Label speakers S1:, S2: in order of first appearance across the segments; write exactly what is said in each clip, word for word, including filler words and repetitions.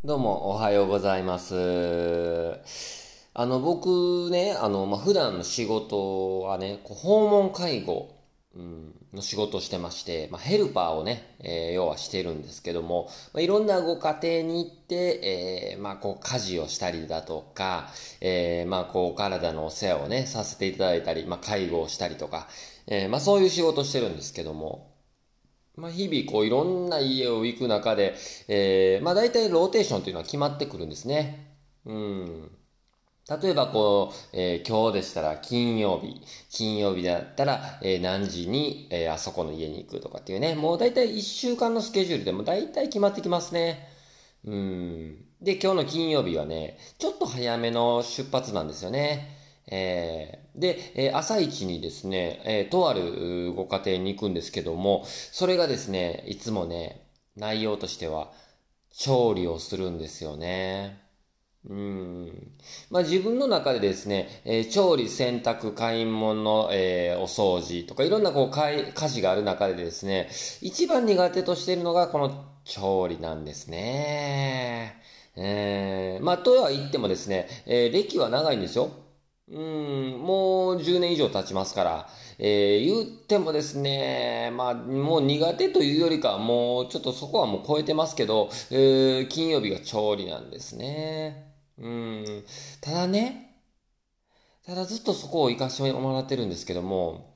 S1: どうもおはようございます。あの僕ね、あの、まあ、普段の仕事はね、こう訪問介護、うん、の仕事をしてまして、まあ、ヘルパーをね、えー要はしてるんですけども、まあ、いろんなご家庭に行って、えーまあ、こう家事をしたりだとか、えーまあ、こう体のお世話をね、させていただいたり、まあ、介護をしたりとか、えーまあ、そういう仕事をしてるんですけども、まあ、日々こういろんな家を行く中で、えー、まあ大体ローテーションというのは決まってくるんですね。うん。例えばこう、えー今日でしたら金曜日。金曜日だったら、えー何時に、えーあそこの家に行くとかっていうね。もう大体いっしゅうかんのスケジュールでも大体決まってきますね。うん。で、今日の金曜日はね、ちょっと早めの出発なんですよね。えーで、えー朝一にですね、えーとあるうご家庭に行くんですけども、それがですね、いつもね、内容としては、調理をするんですよね。うん。まあ自分の中でですね、えー調理、洗濯、買い物、えーお掃除とかいろんなこう家家事がある中でですね、一番苦手としているのがこの調理なんですね。えー、まあとは言ってもですね、えー歴は長いんですよ。うん、もうじゅうねん以上経ちますから、えー言ってもですね、まあ、もう苦手というよりかは、もうちょっとそこはもう超えてますけど、えー金曜日が調理なんですね。うん。ただね、ただずっとそこを活かしてもらってるんですけども、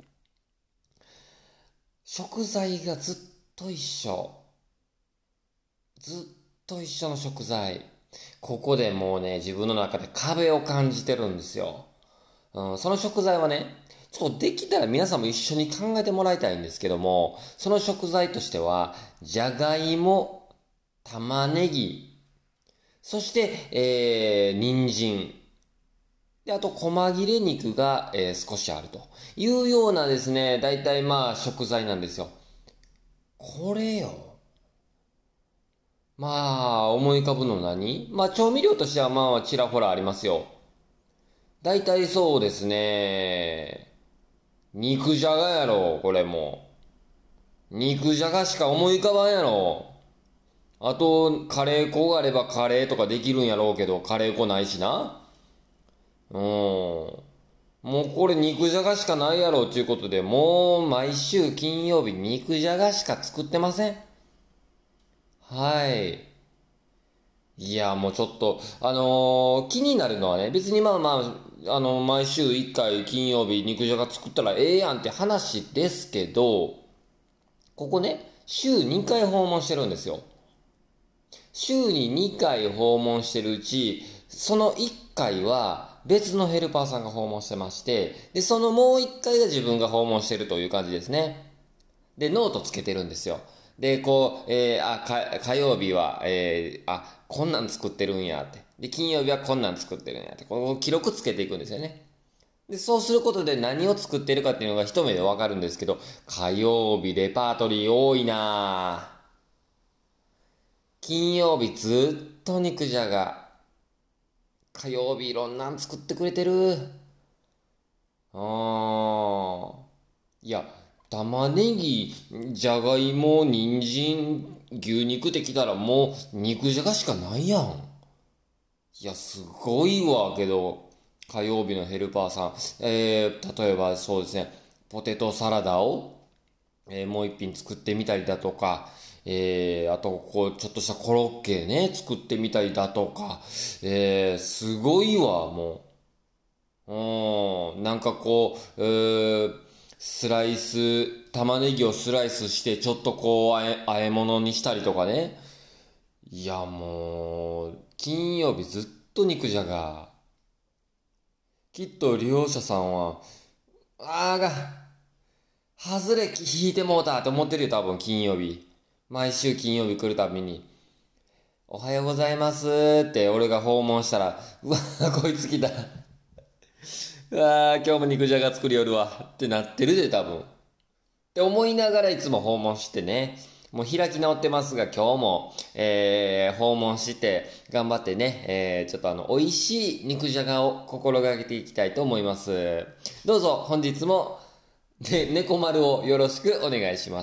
S1: 食材がずっと一緒。ずっと一緒の食材。ここでもうね、自分の中で壁を感じてるんですよ。うん、その食材はね、ちょっとできたら皆さんも一緒に考えてもらいたいんですけども、その食材としては、じゃがいも、玉ねぎ、そして、えー、人参。で、あと、細切れ肉が、えー少しあるというようなですね、大体まあ食材なんですよ。これよ。まあ、思い浮かぶの何まあ、調味料としてはまあ、ちらほらありますよ。大体そうですね。肉じゃがやろ、これも。肉じゃがしか思い浮かばんやろ。あと、カレー粉があればカレーとかできるんやろうけど、カレー粉ないしな。うん。もうこれ肉じゃがしかないやろっていうことで、もう毎週金曜日肉じゃがしか作ってません。はい。いや、もうちょっと、あのー気になるのはね、別にまあまあ、あの毎週いっかい金曜日肉じゃが作ったらええやんって話ですけど、ここね、週にかい訪問してるんですよ。週ににかい訪問してるうち、そのいっかいは別のヘルパーさんが訪問してまして、で、そのもういっかいが自分が訪問してるという感じですね。で、ノートつけてるんですよ。で、こう、えー、あ、か、火曜日は、えー、あ、こんなん作ってるんやって。で、金曜日はこんなん作ってるんやって。こう、記録つけていくんですよね。で、そうすることで何を作ってるかっていうのが一目でわかるんですけど、火曜日レパートリー多いなぁ。金曜日ずっと肉じゃが。火曜日いろんなん作ってくれてる。あー。いや、玉ねぎ、じゃがいも、人参、牛肉ってきたらもう肉じゃがしかないやん。いや、すごいわ、けど、火曜日のヘルパーさん、えー、例えばそうですね、ポテトサラダを、えーもう一品作ってみたりだとか、えー、あと、こう、ちょっとしたコロッケね、作ってみたりだとか、えー、すごいわ、もう。うん、なんかこう、えー、スライス、玉ねぎをスライスして、ちょっとこう、あえ、和え物にしたりとかね。いや、もう、金曜日ずっと肉じゃが。きっと利用者さんは、あーが、外れ引いてもうたって思ってるよ、多分、金曜日。毎週金曜日来るたびに、おはようございますって俺が訪問したら、うわ、こいつ来た。うわー、今日も肉じゃが作りよるわ。ってなってるで、多分。って思いながらいつも訪問してね。もう開き直ってますが、今日も、えー、訪問して、頑張ってね、えー、ちょっとあの、美味しい肉じゃがを心がけていきたいと思います。どうぞ、本日も、ね、猫丸をよろしくお願いします。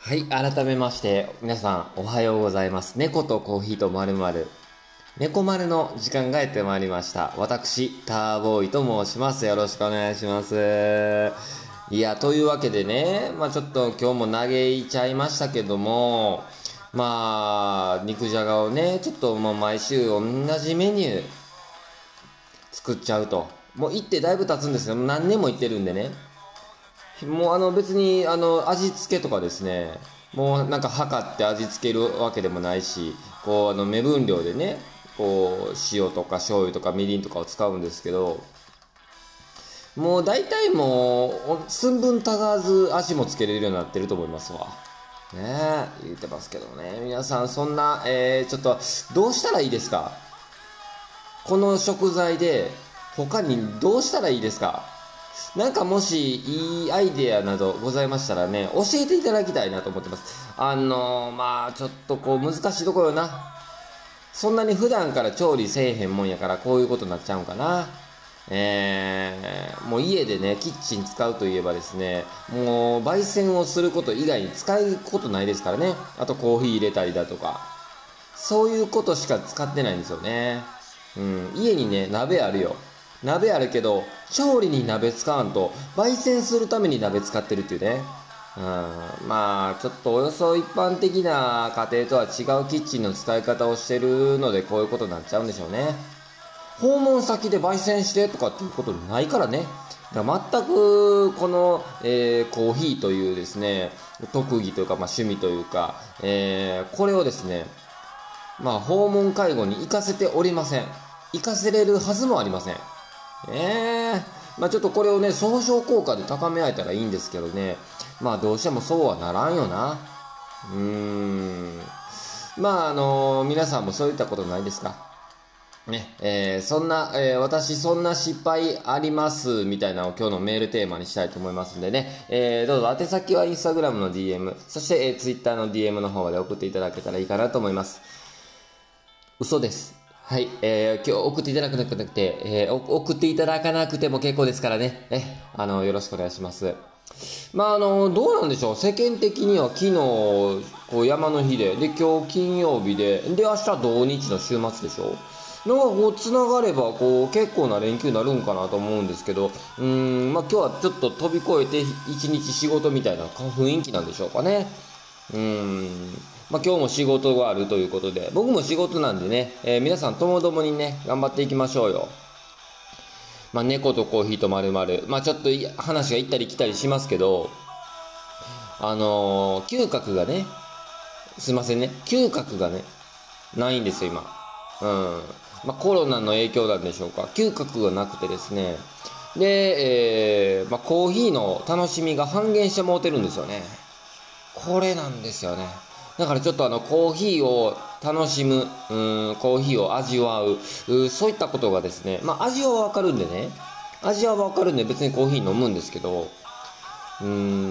S1: はい、改めまして、皆さんおはようございます。猫とコーヒーとまるまる。猫丸の時間がやってまいりました。私、ターボーイと申します。よろしくお願いします。いや、というわけでね、まあちょっと今日も嘆いちゃいましたけども、まあ、肉じゃがをね、ちょっともう毎週同じメニュー作っちゃうと。もう行ってだいぶ経つんですよ。何年も行ってるんでね。もうあの別にあの味付けとかですね、もうなんか測って味付けるわけでもないし、こうあの目分量でね、こう塩とか醤油とかみりんとかを使うんですけど、もう大体もう寸分たがわず味もつけれるようになってると思いますわ。ねえ、言ってますけどね。皆さんそんな、えー、ちょっとどうしたらいいですか？この食材で他にどうしたらいいですか？なんかもしいいアイデアなどございましたらね、教えていただきたいなと思ってます。あのー、まあちょっとこう難しいところよな。そんなに普段から調理せえへんもんやからこういうことになっちゃうんかな。えー、もう家でね、キッチン使うといえばですね、もう焙煎をすること以外に使うことないですからね。あとコーヒー入れたりだとか。そういうことしか使ってないんですよね。うん、家にね、鍋あるよ。鍋あるけど、調理に鍋使わんと、焙煎するために鍋使ってるっていうね。うん、まあ、ちょっとおよそ一般的な家庭とは違うキッチンの使い方をしてるので、こういうことになっちゃうんでしょうね。訪問先で焙煎してとかっていうことないからね。だから全くこの、えー、コーヒーというですね、特技というか、まあ、趣味というか、えー、これをですね、まあ、訪問介護に行かせておりません。行かせれるはずもありません。ええー、まあちょっとこれをね、相乗効果で高め合えたらいいんですけどね。まあどうしてもそうはならんよな。うーん。まああのー、皆さんもそういったことないですか？ね、えー、そんな、えー、私そんな失敗ありますみたいなのを今日のメールテーマにしたいと思いますんでね、えー、どうぞ宛先はインスタグラムの ディーエム、そして、えー、ツイッターの ディーエム の方まで送っていただけたらいいかなと思います。嘘です。はい、えー、今日送っていただかなくて、えー、送っていただかなくても結構ですからね、え、あの、よろしくお願いします。まあ、あの、どうなんでしょう。世間的には昨日、こう、山の日で、で、今日金曜日で、で、明日土日の週末でしょ。のがこう、つながれば、こう、結構な連休になるんかなと思うんですけど、うーん、まあ今日はちょっと飛び越えて、一日仕事みたいな雰囲気なんでしょうかね。うーん。まあ、今日も仕事があるということで、僕も仕事なんでね、えー、皆さんともどもにね、頑張っていきましょうよ。まあ、猫とコーヒーとまるまる。まあ、ちょっと話が行ったり来たりしますけど、あのー、嗅覚がね、すいませんね、嗅覚がね、ないんですよ、今。うん。まあ、コロナの影響なんでしょうか。嗅覚がなくてですね。で、えー、まあ、コーヒーの楽しみが半減してもうてるんですよね。これなんですよね。だからちょっとあのコーヒーを楽しむ、うん、コーヒーを味わう、うそういったことがですね、まあ味はわかるんでね、味はわかるんで別にコーヒー飲むんですけど、うん、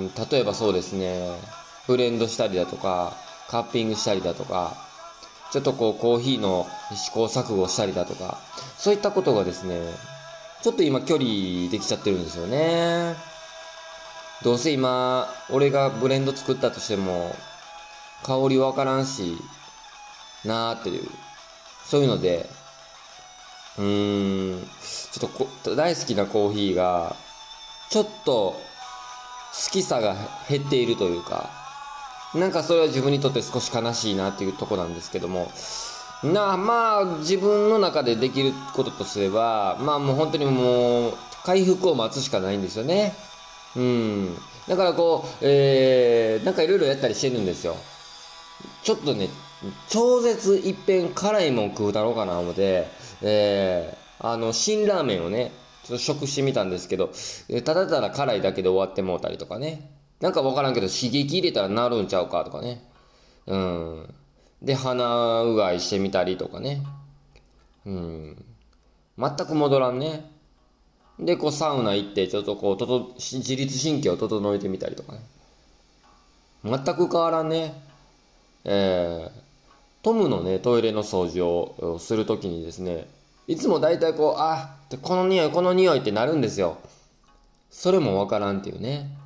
S1: 例えばそうですね、ブレンドしたりだとか、カッピングしたりだとか、ちょっとこうコーヒーの試行錯誤したりだとか、そういったことがですね、ちょっと今距離できちゃってるんですよね。どうせ今、俺がブレンド作ったとしても、香りわからんし、なーっていう。そういうので、うーん、ちょっとこ大好きなコーヒーが、ちょっと好きさが減っているというか、なんかそれは自分にとって少し悲しいなっていうとこなんですけども、なあ、まあ自分の中でできることとすれば、まあもう本当にもう回復を待つしかないんですよね。うん。だからこう、えー、なんかいろいろやったりしてるんですよ。ちょっとね、超絶一遍辛いもん食うだろうかな思って、えー、あの、辛ラーメンをね、ちょっと食してみたんですけど、ただただ辛いだけで終わってもうたりとかね。なんかわからんけど刺激入れたらなるんちゃうかとかね。うん。で、鼻うがいしてみたりとかね。うん。全く戻らんね。で、こうサウナ行って、ちょっとこう、とと自律神経を整えてみたりとかね。全く変わらんね。えー、トムのね、トイレの掃除をするときにですね、いつも大体こう、あ、この匂い、この匂いってなるんですよ。それもわからんっていうね。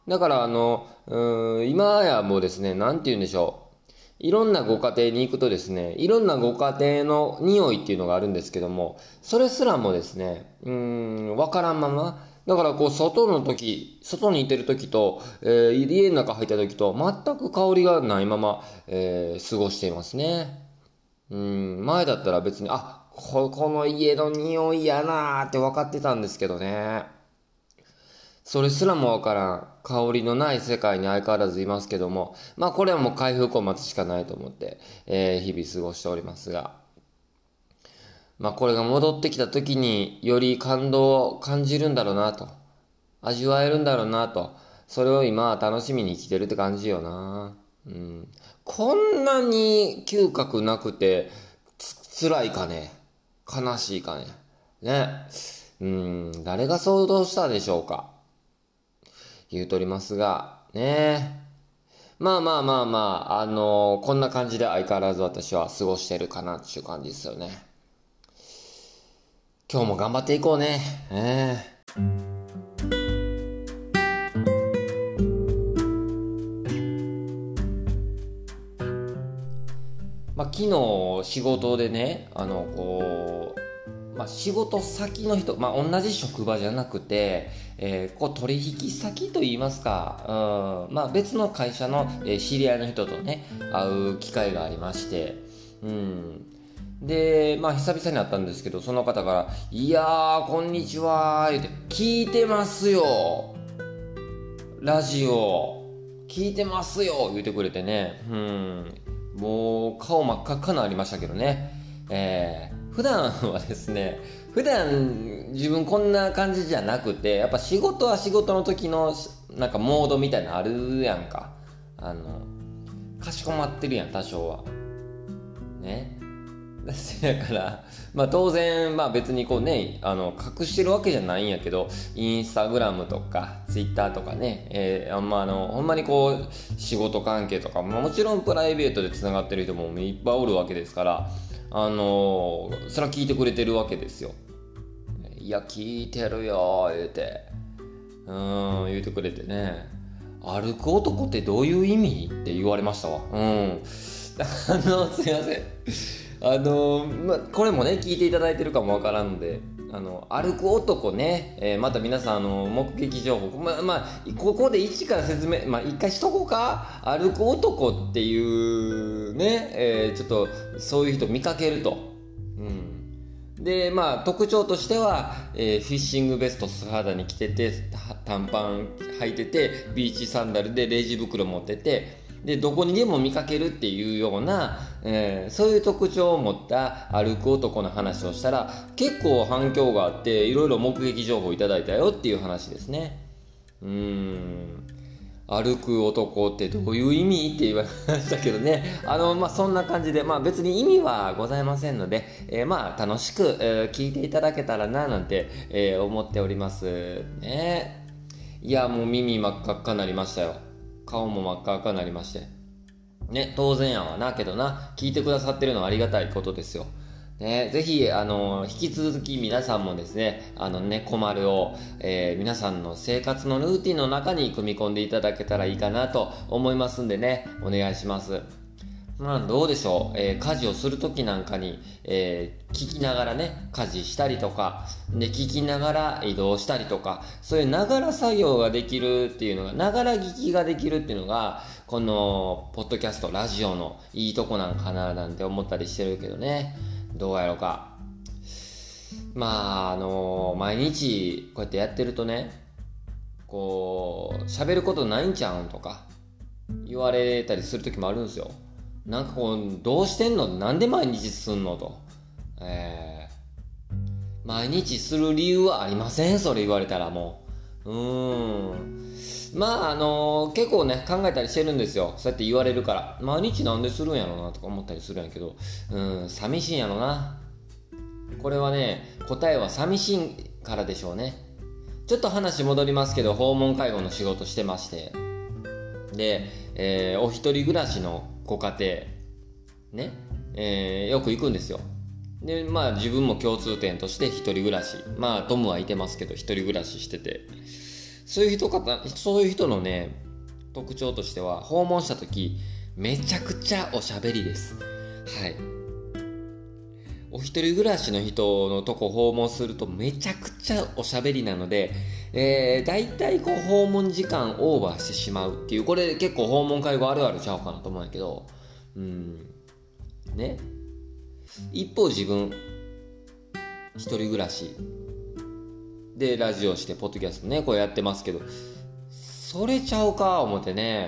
S1: だからあの、うーん、今やもうですね、なんて言うんでしょう。いろんなご家庭に行くとですね、いろんなご家庭の匂いっていうのがあるんですけども、それすらもですね、うーん、わからんまま、だからこう、外の時、外にいてる時と、えー家の中入った時と、全く香りがないまま、えー過ごしていますね。うん、前だったら別に、あ、こ、この家の匂いやなーって分かってたんですけどね。それすらもわからん、香りのない世界に相変わらずいますけども、まあこれはもう回復を待つしかないと思って、えー日々過ごしておりますが、まあこれが戻ってきた時により感動を感じるんだろうなと、味わえるんだろうなと、それを今は楽しみに生きてるって感じよな。うん。こんなに嗅覚なくて、つ、辛いかね。悲しいかね。ね。うん、誰が想像したでしょうか。言うとりますが、ね。まあまあまあまあ、あのーこんな感じで相変わらず私は過ごしてるかなっていう感じですよね。今日も頑張っていこうね。えまあ昨日仕事でね、あの、こう、まあ仕事先の人、まあ同じ職場じゃなくて、えーこう取引先といいますか、うん、まあ別の会社の、えー知り合いの人とね、会う機会がありまして、うん。で、まあ久々に会ったんですけど、その方から、いやー、こんにちはー、言って、聞いてますよ、ラジオ、聞いてますよ、言ってくれてね、うん。もう顔真っ赤っかなありましたけどね。えー、普段はですね、普段自分こんな感じじゃなくて、やっぱ仕事は仕事の時のなんかモードみたいなのあるやんか。あの、かしこまってるやん、多少は。ね。だから、まあ当然、まあ別にこうね、あの、隠してるわけじゃないんやけど、インスタグラムとか、ツイッターとかね、えー、あんまあの、ほんまにこう、仕事関係とか、まあもちろんプライベートで繋がってる人もいっぱいおるわけですから、あのーそれは聞いてくれてるわけですよ。いや、聞いてるよ、言うて。うーん、言うてくれてね。歩く男ってどういう意味って言われましたわ。うん。あの、すいません。あの、ま、これもね、聞いていただいてるかもわからんので、あの、歩く男ね、えーまた皆さん、あの、目撃情報、ま、まあ、ここで一から説明、まあ、一回しとこうか。歩く男っていうね、えーちょっと、そういう人見かけると。うん。で、まあ、特徴としては、えーフィッシングベスト素肌に着てて、た短パン履いてて、ビーチサンダルでレジ袋持ってて、で、どこにでも見かけるっていうような、えーそういう特徴を持った歩く男の話をしたら、結構反響があって、いろいろ目撃情報いただいたよっていう話ですね。うーん。歩く男ってどういう意味って言われましたけどね。あの、まあ、そんな感じで、まあ、別に意味はございませんので、えーまあ、楽しく、えー聞いていただけたらな、なんて、えー思っておりますね。いや、もう耳真っ赤っかになりましたよ。顔も真っ赤っかになりまして。ね、当然やわな、けどな、聞いてくださってるのはありがたいことですよ。ね、ぜひ、あの、引き続き皆さんもですね、あのね、コマルを、えー皆さんの生活のルーティンの中に組み込んでいただけたらいいかなと思いますんでね、お願いします。まあ、どうでしょう、えー家事をするときなんかに、えー聞きながらね、家事したりとか、で、聞きながら移動したりとか、そういうながら作業ができるっていうのが、ながら聞きができるっていうのが、この、ポッドキャスト、ラジオのいいとこなんかななんて思ったりしてるけどね。どうやろうか。まあ、あの毎日こうやってやってるとね、こう、喋ることないんちゃうんとか言われたりする時もあるんですよ。なんかこう、どうしてんの、なんで毎日すんのと。えー、毎日する理由はありません、それ言われたらもう。うーん。まあ、あの結構ね、考えたりしてるんですよ。そうやって言われるから。毎日なんでするんやろなとか思ったりするんやけど、うん、寂しいんやろな。これはね、答えは寂しいからでしょうね。ちょっと話戻りますけど、訪問介護の仕事してまして。で、えーお一人暮らしのご家庭、ね、えーよく行くんですよ。で、まあ自分も共通点として一人暮らし。まあトムはいてますけど、一人暮らししてて。 そういう人か、そういう人のね、特徴としては、訪問した時めちゃくちゃおしゃべりです。はい。お一人暮らしの人のとこ訪問するとめちゃくちゃおしゃべりなので、えー、大体こう訪問時間オーバーしてしまうっていう、これ結構訪問介護あるあるちゃうかなと思うんやけど、うんね。一方自分一人暮らしでラジオしてポッドキャストねこうやってますけど、それちゃうか思ってね、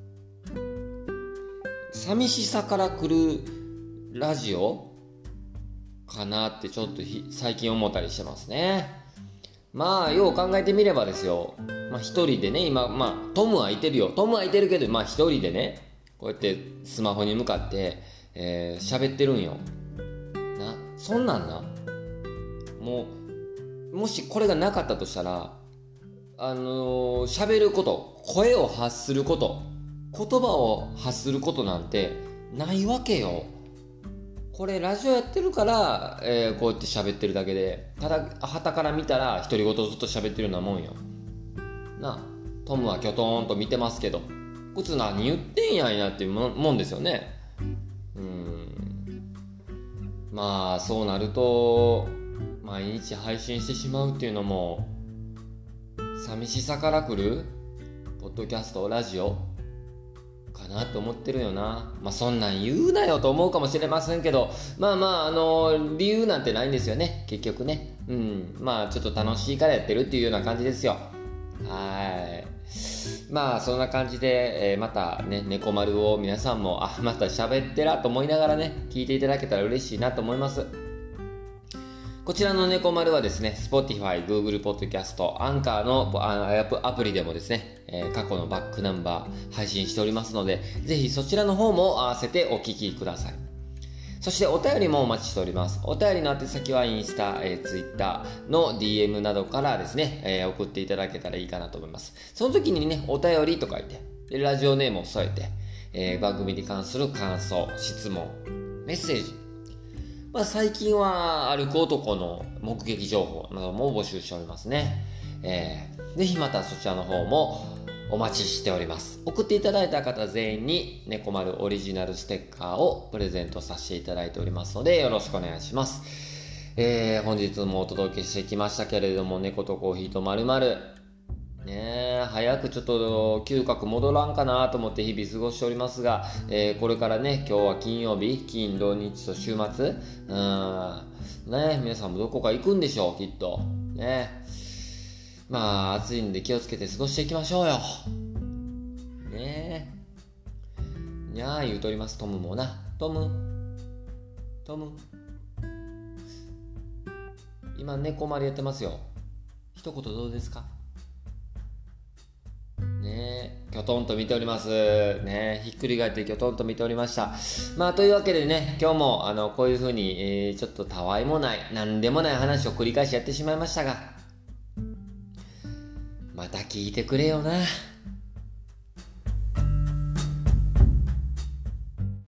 S1: 寂しさから来るラジオかなってちょっと最近思ったりしてますね。まあよう考えてみればですよ、まあ一人でね今、まあトムはいてるよ、トムはいてるけど、まあ一人でねこうやってスマホに向かってえー、喋ってるんよな。そんなんな、もうもしこれがなかったとしたら、あのー、喋ること、声を発すること、言葉を発することなんてないわけよ。これラジオやってるから、えー、こうやって喋ってるだけで、ただ傍から見たら独り言ずっと喋ってるようなもんよな。トムはキョトーンと見てますけど、こいつ何言ってんやんやっていうももんですよね。うーんまあそうなると毎日配信してしまうっていうのも寂しさから来るポッドキャストラジオかなって思ってるよな。まあそんなん言うなよと思うかもしれませんけど、まあまああの理由なんてないんですよね結局ね。うんまあちょっと楽しいからやってるっていうような感じですよ。はいまあそんな感じで、えー、またね猫丸を皆さんもあまた喋ってらと思いながらね聞いていただけたら嬉しいなと思います。こちらの猫丸はですね Spotify、Google Podcast、Anchor のアプリでもですね、えー、過去のバックナンバー配信しておりますので、ぜひそちらの方も合わせてお聞きください。そしてお便りもお待ちしております。お便りの宛先はインスタ、えー、ツイッターの ディーエム などからですね、えー、送っていただけたらいいかなと思います。その時にね、お便りと書いて、でラジオネームを添えて、えー、番組に関する感想、質問、メッセージ、まあ、最近は歩く男の目撃情報なども募集しておりますね。えー、ぜひまたそちらの方もお待ちしております。送っていただいた方全員に猫丸オリジナルステッカーをプレゼントさせていただいておりますのでよろしくお願いします。えー、本日もお届けしてきましたけれども、猫とコーヒーとまるまるねえ早くちょっと嗅覚戻らんかなと思って日々過ごしておりますが、えー、これからね今日は金曜日、金土日と週末、うんね皆さんもどこか行くんでしょうきっとね。まあ暑いんで気をつけて過ごしていきましょうよねえ。にゃー言うとります。トムもな、トムトム今猫丸やってますよ。一言どうですかね。きょとんと見ておりますね。ひっくり返ってきょとんと見ておりました。まあというわけでね、今日もあのこういう風に、えー、ちょっとたわいもないなんでもない話を繰り返しやってしまいましたが、また聞いてくれよな。